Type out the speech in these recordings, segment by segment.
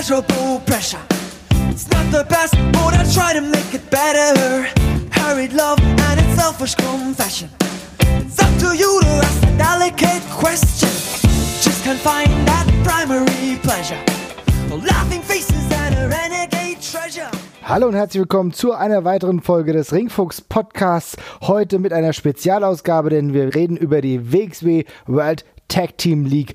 Pleasurable pressure. It's not the best, but I try to make it better. Hurried love and its selfish confession. It's up to you to ask a delicate question. Just can't find that primary pleasure. Laughing faces and a renegade treasure. Hallo und herzlich willkommen zu einer weiteren Folge des Ringfuchs Podcasts. Heute mit einer Spezialausgabe, denn wir reden über die WXW World Tag Team League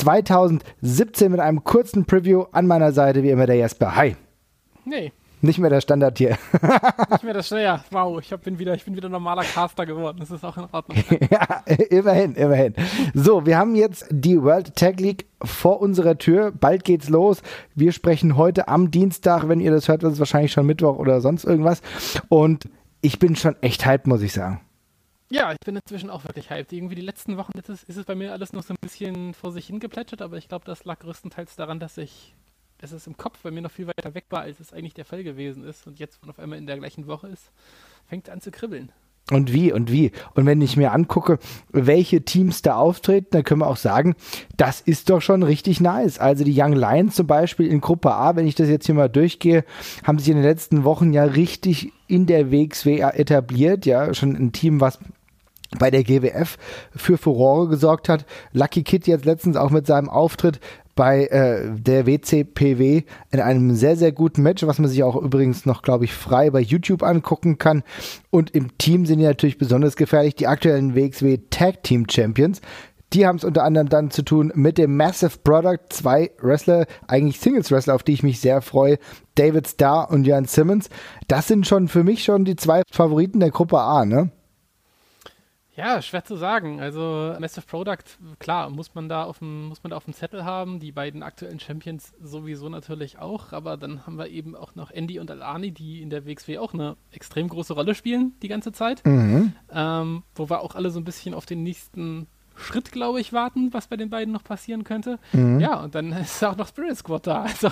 2017 mit einem kurzen Preview. An meiner Seite wie immer der Jesper. Hi. Nee. Nicht mehr der Standard hier. Nicht mehr das, ja, wow, ich bin wieder normaler Caster geworden, das ist auch in Ordnung. Ja, immerhin. So, wir haben jetzt die World Tag League vor unserer Tür, bald geht's los. Wir sprechen heute am Dienstag, wenn ihr das hört, ist es wahrscheinlich schon Mittwoch oder sonst irgendwas. Und ich bin schon echt hyped, muss ich sagen. Ja, ich bin inzwischen auch wirklich hyped. Irgendwie die letzten Wochen ist es bei mir alles noch so ein bisschen vor sich hingeplätschert, aber ich glaube, das lag größtenteils daran, dass es im Kopf bei mir noch viel weiter weg war, als es eigentlich der Fall gewesen ist. Und jetzt, wenn auf einmal in der gleichen Woche ist, fängt es an zu kribbeln. Und wie. Und wenn ich mir angucke, welche Teams da auftreten, dann können wir auch sagen, das ist doch schon richtig nice. Also die Young Lions zum Beispiel in Gruppe A, wenn ich das jetzt hier mal durchgehe, haben sich in den letzten Wochen ja richtig in der WXW etabliert. Ja, schon ein Team, was bei der GWF für Furore gesorgt hat. Lucky Kid jetzt letztens auch mit seinem Auftritt bei der WCPW in einem sehr, sehr guten Match, was man sich auch übrigens noch, glaube ich, frei bei YouTube angucken kann. Und im Team sind die natürlich besonders gefährlich, die aktuellen WXW Tag Team Champions. Die haben es unter anderem dann zu tun mit dem Massive Product, 2 Wrestler, eigentlich Singles-Wrestler, auf die ich mich sehr freue, David Starr und Jan Simmons. Das sind schon für mich schon die 2 Favoriten der Gruppe A, ne? Ja, schwer zu sagen. Also Massive Product, klar, muss man da auf dem Zettel haben. Die beiden aktuellen Champions sowieso natürlich auch. Aber dann haben wir eben auch noch Andy und Alani, die in der WXW auch eine extrem große Rolle spielen die ganze Zeit. Mhm. Wo wir auch alle so ein bisschen auf den nächsten Schritt, glaube ich, warten, was bei den beiden noch passieren könnte. Mhm. Ja, und dann ist auch noch Spirit Squad da. Also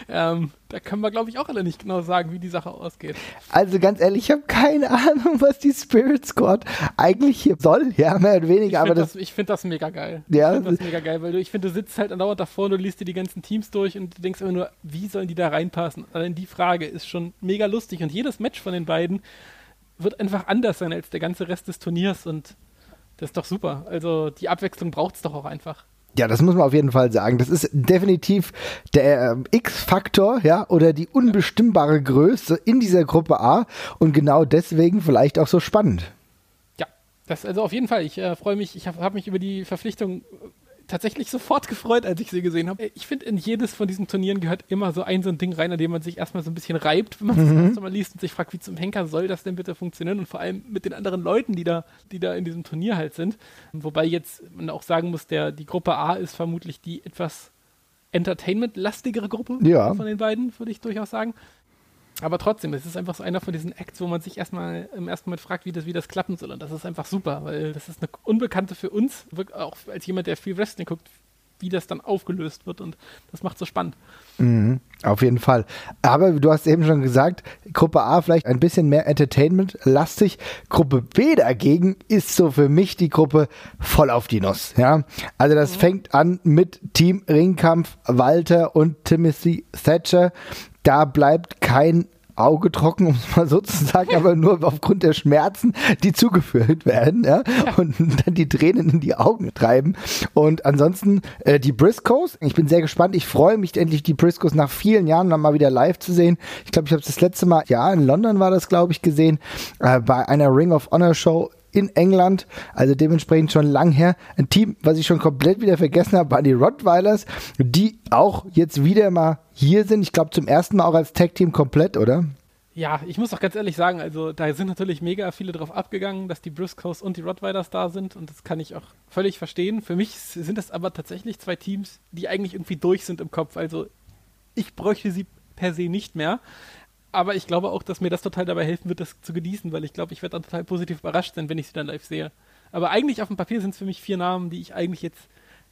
da können wir, glaube ich, auch alle nicht genau sagen, wie die Sache ausgeht. Also ganz ehrlich, ich habe keine Ahnung, was die Spirit Squad eigentlich hier soll. Ja, mehr oder weniger. Ich finde das mega geil. Ja. Ich finde das mega geil, weil du sitzt halt andauernd davor und du liest dir die ganzen Teams durch und du denkst immer nur, wie sollen die da reinpassen? Allein die Frage ist schon mega lustig und jedes Match von den beiden wird einfach anders sein als der ganze Rest des Turniers und das ist doch super. Also die Abwechslung braucht es doch auch einfach. Ja, das muss man auf jeden Fall sagen. Das ist definitiv der X-Faktor, ja, oder die unbestimmbare Größe in dieser Gruppe A und genau deswegen vielleicht auch so spannend. Ja, das also auf jeden Fall. Ich freue mich, ich habe mich über die Verpflichtung tatsächlich sofort gefreut, als ich sie gesehen habe. Ich finde, in jedes von diesen Turnieren gehört immer so ein Ding rein, an dem man sich erstmal so ein bisschen reibt, wenn man das erste Mal liest und sich fragt, wie zum Henker soll das denn bitte funktionieren und vor allem mit den anderen Leuten, die da in diesem Turnier halt sind. Wobei jetzt man auch sagen muss, die Gruppe A ist vermutlich die etwas Entertainment-lastigere Gruppe von den beiden, würde ich durchaus sagen. Aber trotzdem, es ist einfach so einer von diesen Acts, wo man sich im ersten Moment fragt, wie das klappen soll. Und das ist einfach super, weil das ist eine Unbekannte für uns, auch als jemand, der viel Wrestling guckt, wie das dann aufgelöst wird. Und das macht so spannend. Mhm, auf jeden Fall. Aber du hast eben schon gesagt, Gruppe A vielleicht ein bisschen mehr Entertainment-lastig. Gruppe B dagegen ist so für mich die Gruppe voll auf die Nuss. Ja? Also das fängt an mit Team Ringkampf, Walter und Timothy Thatcher. Da bleibt kein Auge trocken, um es mal so zu sagen, aber nur aufgrund der Schmerzen, die zugeführt werden, ja, und dann die Tränen in die Augen treiben. Und ansonsten die Briscoes, ich bin sehr gespannt, ich freue mich endlich, die Briscoes nach vielen Jahren noch mal wieder live zu sehen. Ich glaube, ich habe das letzte Mal, in London war das, glaube ich, gesehen, bei einer Ring of Honor Show in England, also dementsprechend schon lang her. Ein Team, was ich schon komplett wieder vergessen habe, waren die Rottweilers, die auch jetzt wieder mal hier sind. Ich glaube zum ersten Mal auch als Tag-Team komplett, oder? Ja, ich muss doch ganz ehrlich sagen, also da sind natürlich mega viele drauf abgegangen, dass die Briscoes und die Rottweilers da sind und das kann ich auch völlig verstehen. Für mich sind das aber tatsächlich 2 Teams, die eigentlich irgendwie durch sind im Kopf. Also ich bräuchte sie per se nicht mehr. Aber ich glaube auch, dass mir das total dabei helfen wird, das zu genießen, weil ich glaube, ich werde dann total positiv überrascht sein, wenn ich sie dann live sehe. Aber eigentlich auf dem Papier sind es für mich 4 Namen, die ich eigentlich jetzt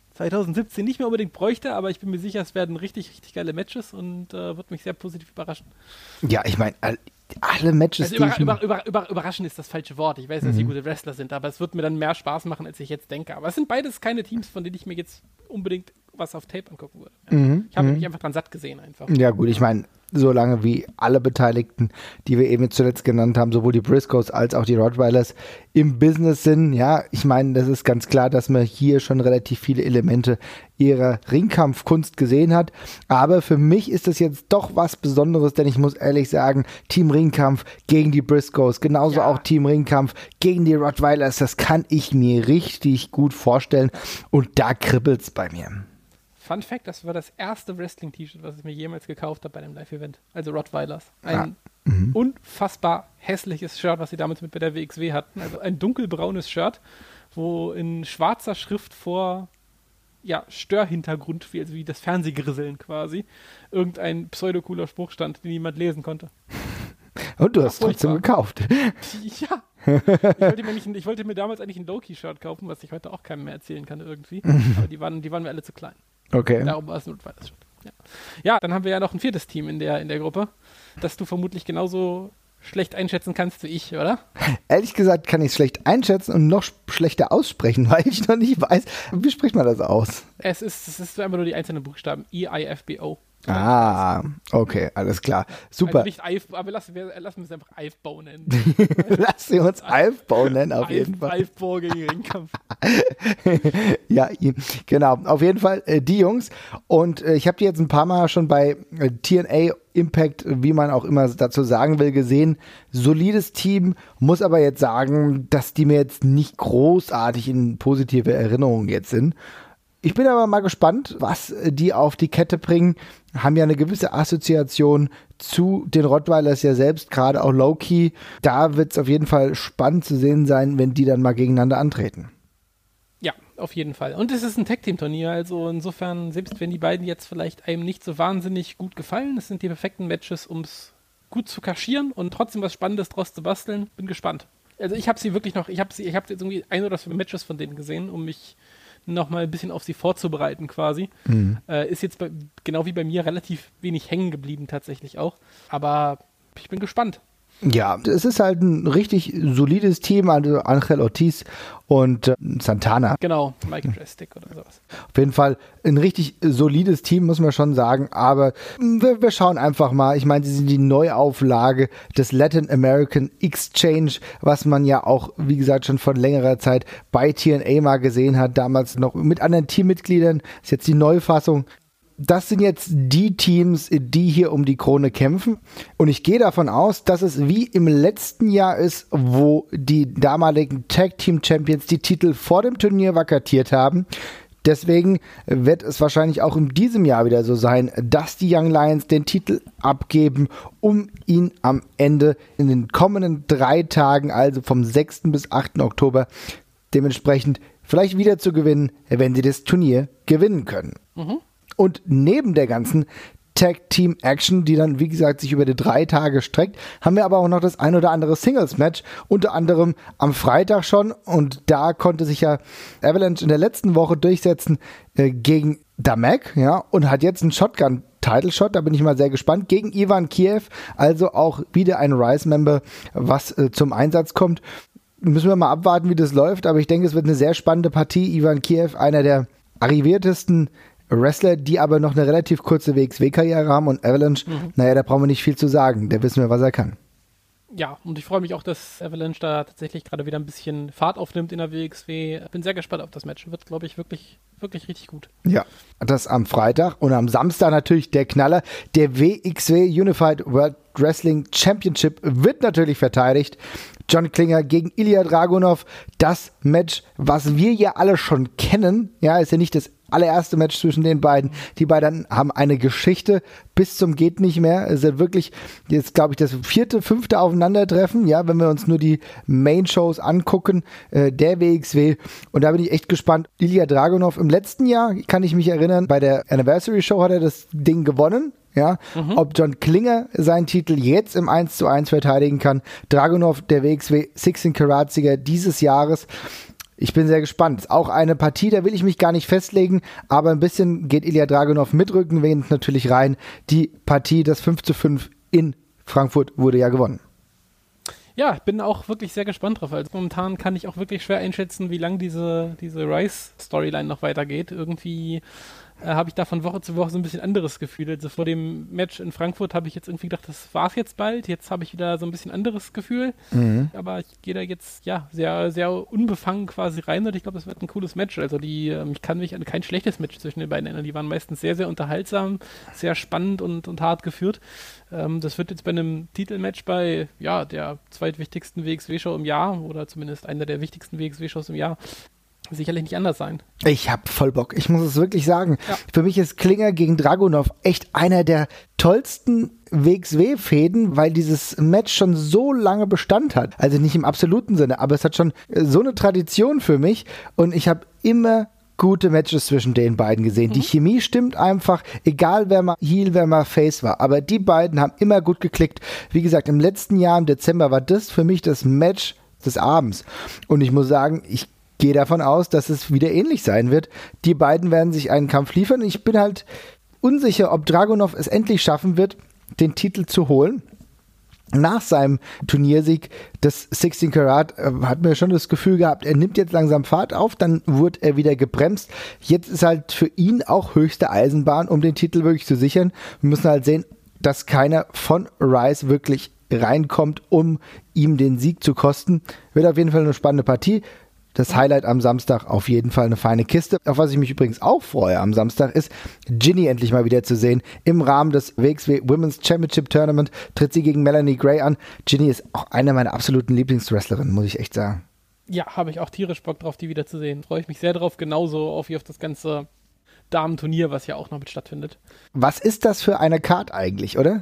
2017 nicht mehr unbedingt bräuchte, aber ich bin mir sicher, es werden richtig, richtig geile Matches und wird mich sehr positiv überraschen. Ja, ich meine, alle Matches, also überraschen ist das falsche Wort. Ich weiß, dass sie gute Wrestler sind, aber es wird mir dann mehr Spaß machen, als ich jetzt denke. Aber es sind beides keine Teams, von denen ich mir jetzt unbedingt was auf Tape angucken würde. Ja. Ich habe mich einfach dran satt gesehen einfach. Ja gut, ich meine, solange wie alle Beteiligten, die wir eben zuletzt genannt haben, sowohl die Briscoes als auch die Rottweilers im Business sind, ja, ich meine, das ist ganz klar, dass man hier schon relativ viele Elemente ihrer Ringkampfkunst gesehen hat, aber für mich ist das jetzt doch was Besonderes, denn ich muss ehrlich sagen, Team Ringkampf gegen die Briscoes, genauso auch Team Ringkampf gegen die Rottweilers, das kann ich mir richtig gut vorstellen und da kribbelt's bei mir. Fun Fact, das war das erste Wrestling-T-Shirt, was ich mir jemals gekauft habe bei einem Live-Event. Also Rottweilers. Ein unfassbar hässliches Shirt, was sie damals mit bei der WXW hatten. Also ein dunkelbraunes Shirt, wo in schwarzer Schrift vor Störhintergrund, wie das Fernsehgrisseln quasi, irgendein pseudocooler Spruch stand, den niemand lesen konnte. Und du hast es trotzdem gekauft. Ja. Ich wollte mir damals eigentlich ein Low-Key-Shirt kaufen, was ich heute auch keinem mehr erzählen kann irgendwie. Aber die waren mir alle zu klein. Okay. Darum war es ein Rottweilers-Shirt. Ja, dann haben wir ja noch ein viertes Team in der Gruppe, das du vermutlich genauso schlecht einschätzen kannst wie ich, oder? Ehrlich gesagt kann ich es schlecht einschätzen und noch schlechter aussprechen, weil ich noch nicht weiß, wie spricht man das aus? Es ist einfach nur die einzelnen Buchstaben. EIFBO. Ah, okay, alles klar. Super. Also nicht aber lassen wir es einfach IFBO nennen. Lass sie uns IFBO nennen, auf jeden Fall. IFBO gegen Ringkampf. Ja, genau. Auf jeden Fall die Jungs. Und ich habe die jetzt ein paar Mal schon bei TNA Impact, wie man auch immer dazu sagen will, gesehen. Solides Team, muss aber jetzt sagen, dass die mir jetzt nicht großartig in positive Erinnerungen jetzt sind. Ich bin aber mal gespannt, was die auf die Kette bringen. Haben ja eine gewisse Assoziation zu den Rottweilers ja selbst, gerade auch Low-Key. Da wird es auf jeden Fall spannend zu sehen sein, wenn die dann mal gegeneinander antreten. Ja, auf jeden Fall. Und es ist ein Tag-Team-Turnier, also insofern, selbst wenn die beiden jetzt vielleicht einem nicht so wahnsinnig gut gefallen, es sind die perfekten Matches, um es gut zu kaschieren und trotzdem was Spannendes draus zu basteln. Bin gespannt. Also ich habe sie wirklich noch, ich habe jetzt irgendwie 1 oder 2 Matches von denen gesehen, um mich noch mal ein bisschen auf sie vorzubereiten quasi. Ist jetzt genau wie bei mir relativ wenig hängen geblieben tatsächlich auch. Aber ich bin gespannt. Ja, es ist halt ein richtig solides Team, also Angel Ortiz und Santana. Genau, Mike Drastic oder sowas. Auf jeden Fall ein richtig solides Team, muss man schon sagen, aber wir schauen einfach mal. Ich meine, sie sind die Neuauflage des Latin American Exchange, was man ja auch, wie gesagt, schon von längerer Zeit bei TNA mal gesehen hat, damals noch mit anderen Teammitgliedern. Ist jetzt die Neufassung. Das sind jetzt die Teams, die hier um die Krone kämpfen. Und ich gehe davon aus, dass es wie im letzten Jahr ist, wo die damaligen Tag Team Champions die Titel vor dem Turnier vakatiert haben. Deswegen wird es wahrscheinlich auch in diesem Jahr wieder so sein, dass die Young Lions den Titel abgeben, um ihn am Ende in den kommenden 3 Tagen, also vom 6. bis 8. Oktober, dementsprechend vielleicht wieder zu gewinnen, wenn sie das Turnier gewinnen können. Und neben der ganzen Tag-Team-Action, die dann, wie gesagt, sich über die 3 Tage streckt, haben wir aber auch noch das ein oder andere Singles-Match, unter anderem am Freitag schon. Und da konnte sich ja Avalanche in der letzten Woche durchsetzen gegen Damek, ja, und hat jetzt einen Shotgun-Title-Shot, da bin ich mal sehr gespannt, gegen Ivan Kiev, also auch wieder ein Rise-Member, was zum Einsatz kommt. Müssen wir mal abwarten, wie das läuft, aber ich denke, es wird eine sehr spannende Partie. Ivan Kiev, einer der arriviertesten Wrestler, die aber noch eine relativ kurze WXW-Karriere haben, und Avalanche, naja, da brauchen wir nicht viel zu sagen. Der wissen wir, was er kann. Ja, und ich freue mich auch, dass Avalanche da tatsächlich gerade wieder ein bisschen Fahrt aufnimmt in der WXW. Bin sehr gespannt auf das Match. Wird, glaube ich, wirklich, wirklich richtig gut. Ja, das am Freitag und am Samstag natürlich der Knaller. Der WXW Unified World Wrestling Championship wird natürlich verteidigt. John Klinger gegen Ilya Dragunov. Das Match, was wir ja alle schon kennen. Ja, ist ja nicht das allererste Match zwischen den beiden. Die beiden haben eine Geschichte bis zum geht nicht mehr. Es ist ja wirklich jetzt, glaube ich, das 4., 5. Aufeinandertreffen, ja, wenn wir uns nur die Main-Shows angucken, der WXW. Und da bin ich echt gespannt. Ilya Dragunov im letzten Jahr, kann ich mich erinnern, bei der Anniversary Show hat er das Ding gewonnen. Ja, ob John Klinger seinen Titel jetzt im 1:1 verteidigen kann. Dragunov, der WXW 16-Karat-Sieger dieses Jahres. Ich bin sehr gespannt. Ist auch eine Partie, da will ich mich gar nicht festlegen, aber ein bisschen geht Ilya Dragunov mit Rückenwind natürlich rein. Die Partie, das 5:5 in Frankfurt, wurde ja gewonnen. Ja, ich bin auch wirklich sehr gespannt drauf. Also momentan kann ich auch wirklich schwer einschätzen, wie lang diese Rice-Storyline noch weitergeht. Irgendwie habe ich da von Woche zu Woche so ein bisschen anderes Gefühl. Also vor dem Match in Frankfurt habe ich jetzt irgendwie gedacht, das war's jetzt bald. Jetzt habe ich wieder so ein bisschen anderes Gefühl. Aber ich gehe da jetzt sehr, sehr unbefangen quasi rein und ich glaube, das wird ein cooles Match. Also ich kann mich an kein schlechtes Match zwischen den beiden erinnern. Die waren meistens sehr, sehr unterhaltsam, sehr spannend und hart geführt. Das wird jetzt bei einem Titelmatch bei der zweitwichtigsten WXW-Show im Jahr oder zumindest einer der wichtigsten WXW-Shows im Jahr sicherlich nicht anders sein. Ich hab voll Bock. Ich muss es wirklich sagen. Ja. Für mich ist Klinger gegen Dragunov echt einer der tollsten WXW-Fäden, weil dieses Match schon so lange Bestand hat. Also nicht im absoluten Sinne, aber es hat schon so eine Tradition für mich und ich habe immer gute Matches zwischen den beiden gesehen. Die Chemie stimmt einfach, egal wer mal Heel, wer mal Face war. Aber die beiden haben immer gut geklickt. Wie gesagt, im letzten Jahr, im Dezember, war das für mich das Match des Abends. Und ich muss sagen, ich gehe davon aus, dass es wieder ähnlich sein wird. Die beiden werden sich einen Kampf liefern. Ich bin halt unsicher, ob Dragunov es endlich schaffen wird, den Titel zu holen. Nach seinem Turniersieg des 16 Karat hat man schon das Gefühl gehabt, er nimmt jetzt langsam Fahrt auf, dann wurde er wieder gebremst. Jetzt ist halt für ihn auch höchste Eisenbahn, um den Titel wirklich zu sichern. Wir müssen halt sehen, dass keiner von Rice wirklich reinkommt, um ihm den Sieg zu kosten. Wird auf jeden Fall eine spannende Partie. Das Highlight am Samstag auf jeden Fall eine feine Kiste. Auf was ich mich übrigens auch freue am Samstag ist, Ginny endlich mal wieder zu sehen. Im Rahmen des WXW Women's Championship Tournament tritt sie gegen Melanie Gray an. Ginny ist auch eine meiner absoluten Lieblingswrestlerinnen, muss ich echt sagen. Ja, habe ich auch tierisch Bock drauf, die wiederzusehen. Freue ich mich sehr drauf, genauso wie auf das ganze Damenturnier, was ja auch noch mit stattfindet. Was ist das für eine Card eigentlich, oder?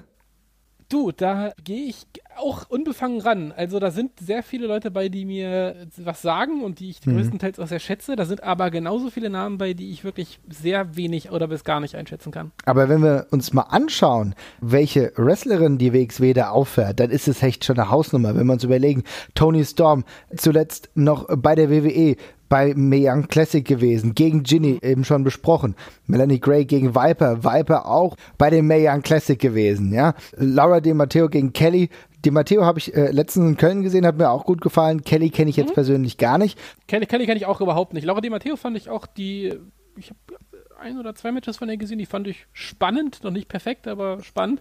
Du, da gehe ich auch unbefangen ran. Also da sind sehr viele Leute bei, die mir was sagen und die ich größtenteils auch sehr schätze. Da sind aber genauso viele Namen bei, die ich wirklich sehr wenig oder bis gar nicht einschätzen kann. Aber wenn wir uns mal anschauen, welche Wrestlerin die WXW da auffährt, dann ist es echt schon eine Hausnummer. Wenn wir uns überlegen, Toni Storm zuletzt noch bei der WWE, bei Mae Young Classic gewesen, gegen Ginny eben schon besprochen. Melanie Gray gegen Viper auch bei dem Mae Young Classic gewesen, ja. Laura Di Matteo gegen Kelly. Di Matteo habe ich letztens in Köln gesehen, hat mir auch gut gefallen. Kelly kenne ich jetzt persönlich gar nicht. Kelly kenne ich auch überhaupt nicht. Laura Di Matteo fand ich auch ich habe 1 oder 2 Matches von ihr gesehen, die fand ich spannend, noch nicht perfekt, aber spannend.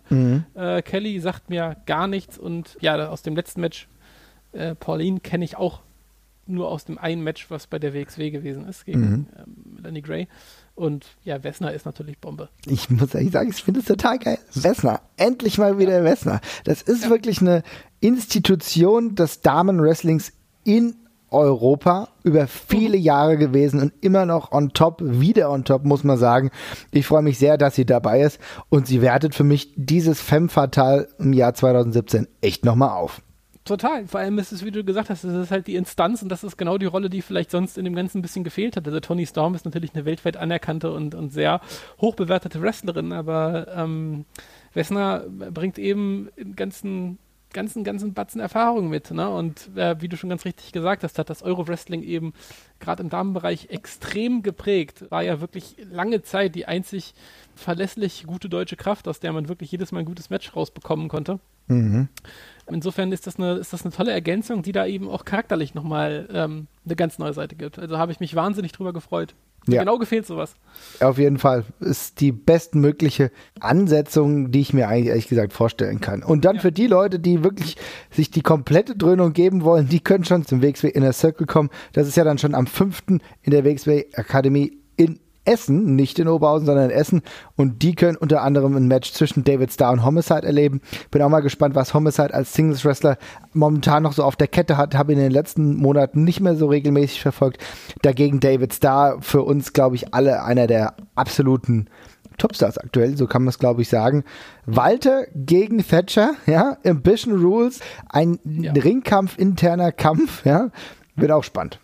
Kelly sagt mir gar nichts und ja, aus dem letzten Match Pauline kenne ich auch nur aus dem einen Match, was bei der WXW gewesen ist, gegen Melanie Gray. Und ja, Wessner ist natürlich Bombe. Ich muss ehrlich sagen, ich finde es total geil. Wessner, endlich mal wieder Wessner. Das ist wirklich eine Institution des Damenwrestlings in Europa über viele Jahre gewesen und immer noch on top, wieder on top, muss man sagen. Ich freue mich sehr, dass sie dabei ist und sie wertet für mich dieses Femme Fatale im Jahr 2017 echt nochmal auf. Total. Vor allem ist es, wie du gesagt hast, es ist halt die Instanz und das ist genau die Rolle, die vielleicht sonst in dem Ganzen ein bisschen gefehlt hat. Also Toni Storm ist natürlich eine weltweit anerkannte und sehr hoch bewertete Wrestlerin, aber Wessner bringt eben einen ganzen Batzen Erfahrung mit, ne? Und wie du schon ganz richtig gesagt hast, hat das Euro-Wrestling eben gerade im Damenbereich extrem geprägt. War ja wirklich lange Zeit die einzig verlässlich gute deutsche Kraft, aus der man wirklich jedes Mal ein gutes Match rausbekommen konnte. Insofern ist das eine tolle Ergänzung, die da eben auch charakterlich nochmal eine ganz neue Seite gibt. Also habe ich mich wahnsinnig drüber gefreut. Ja. Genau gefehlt sowas. Auf jeden Fall. Ist die bestmögliche Ansetzung, die ich mir eigentlich ehrlich gesagt vorstellen kann. Und dann für die Leute, die wirklich sich die komplette Dröhnung geben wollen, die können schon zum WXW Inner Circle kommen. Das ist ja dann schon am 5. in der WXW Akademie in Essen, nicht in Oberhausen, sondern in Essen. Und die können unter anderem ein Match zwischen David Starr und Homicide erleben. Bin auch mal gespannt, was Homicide als Singles-Wrestler momentan noch so auf der Kette hat. Habe ihn in den letzten Monaten nicht mehr so regelmäßig verfolgt. Dagegen David Starr, für uns, glaube ich, alle einer der absoluten Topstars aktuell, so kann man es, glaube ich, sagen. Walter gegen Thatcher, ja, Ambition Rules, ein Ringkampf, interner Kampf, ja, wird auch spannend.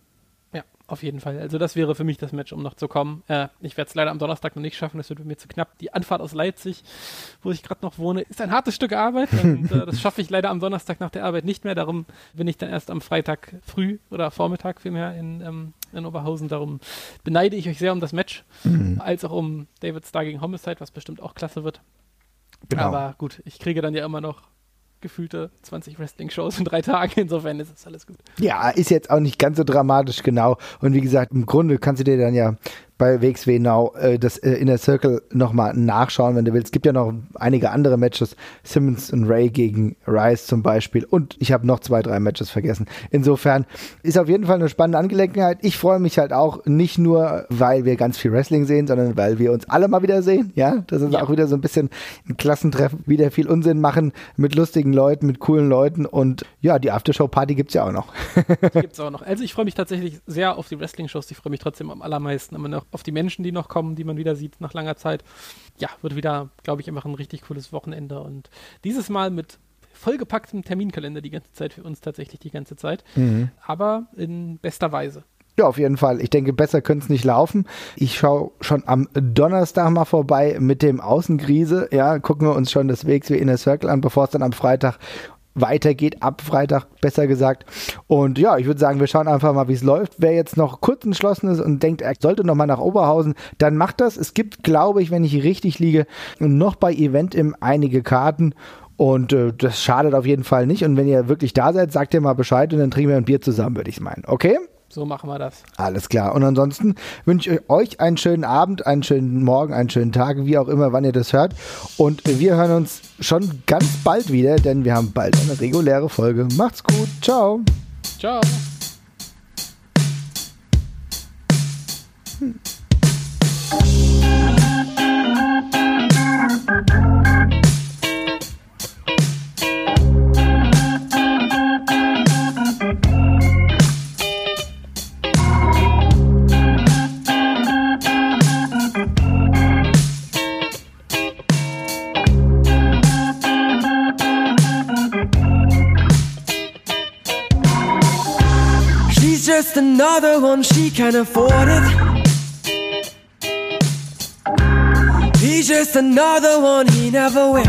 Auf jeden Fall. Also das wäre für mich das Match, um noch zu kommen. Ich werde es leider am Donnerstag noch nicht schaffen, das wird mir zu knapp. Die Anfahrt aus Leipzig, wo ich gerade noch wohne, ist ein hartes Stück Arbeit und das schaffe ich leider am Donnerstag nach der Arbeit nicht mehr. Darum bin ich dann erst am Freitag früh oder Vormittag vielmehr in Oberhausen. Darum beneide ich euch sehr um das Match, als auch um David Starr gegen Homicide, was bestimmt auch klasse wird. Genau. Aber gut, ich kriege dann ja immer noch gefühlte 20 Wrestling-Shows in 3 Tagen. Insofern ist das alles gut. Ja, ist jetzt auch nicht ganz so dramatisch, genau. Und wie gesagt, im Grunde kannst du dir dann ja bei WXW Now das Inner Circle nochmal nachschauen, wenn du willst. Es gibt ja noch einige andere Matches, Simmons und Ray gegen Rice zum Beispiel, und ich habe noch 2, 3 Matches vergessen. Insofern ist auf jeden Fall eine spannende Angelegenheit. Ich freue mich halt auch, nicht nur, weil wir ganz viel Wrestling sehen, sondern weil wir uns alle mal wieder sehen, ja, das ist auch wieder so ein bisschen ein Klassentreffen, wieder viel Unsinn machen mit lustigen Leuten, mit coolen Leuten, und ja, die Aftershow-Party gibt's ja auch noch. Die gibt's auch noch. Also ich freue mich tatsächlich sehr auf die Wrestling-Shows, ich freue mich trotzdem am allermeisten immer noch auf die Menschen, die noch kommen, die man wieder sieht nach langer Zeit. Ja, wird wieder, glaube ich, einfach ein richtig cooles Wochenende, und dieses Mal mit vollgepacktem Terminkalender die ganze Zeit für uns, tatsächlich die ganze Zeit, aber in bester Weise. Ja, auf jeden Fall. Ich denke, besser könnte es nicht laufen. Ich schaue schon am Donnerstag mal vorbei mit dem Außengriese. Ja, gucken wir uns schon das WXW Inner Circle an, bevor es dann am Freitag weitergeht, ab Freitag besser gesagt. Und ja, ich würde sagen, wir schauen einfach mal, wie es läuft. Wer jetzt noch kurz entschlossen ist und denkt, er sollte noch mal nach Oberhausen, dann macht das. Es gibt, glaube ich, wenn ich richtig liege, noch bei Eventim einige Karten. Und das schadet auf jeden Fall nicht. Und wenn ihr wirklich da seid, sagt ihr mal Bescheid und dann trinken wir ein Bier zusammen, würde ich meinen. Okay? So machen wir das. Alles klar. Und ansonsten wünsche ich euch einen schönen Abend, einen schönen Morgen, einen schönen Tag, wie auch immer, wann ihr das hört. Und wir hören uns schon ganz bald wieder, denn wir haben bald eine reguläre Folge. Macht's gut. Ciao. Ciao. Just another one, she can't afford it. He's just another one, he never will.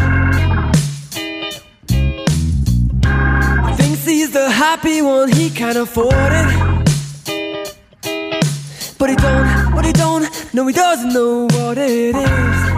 Thinks he's the happy one, he can't afford it. But he don't, no he doesn't know what it is.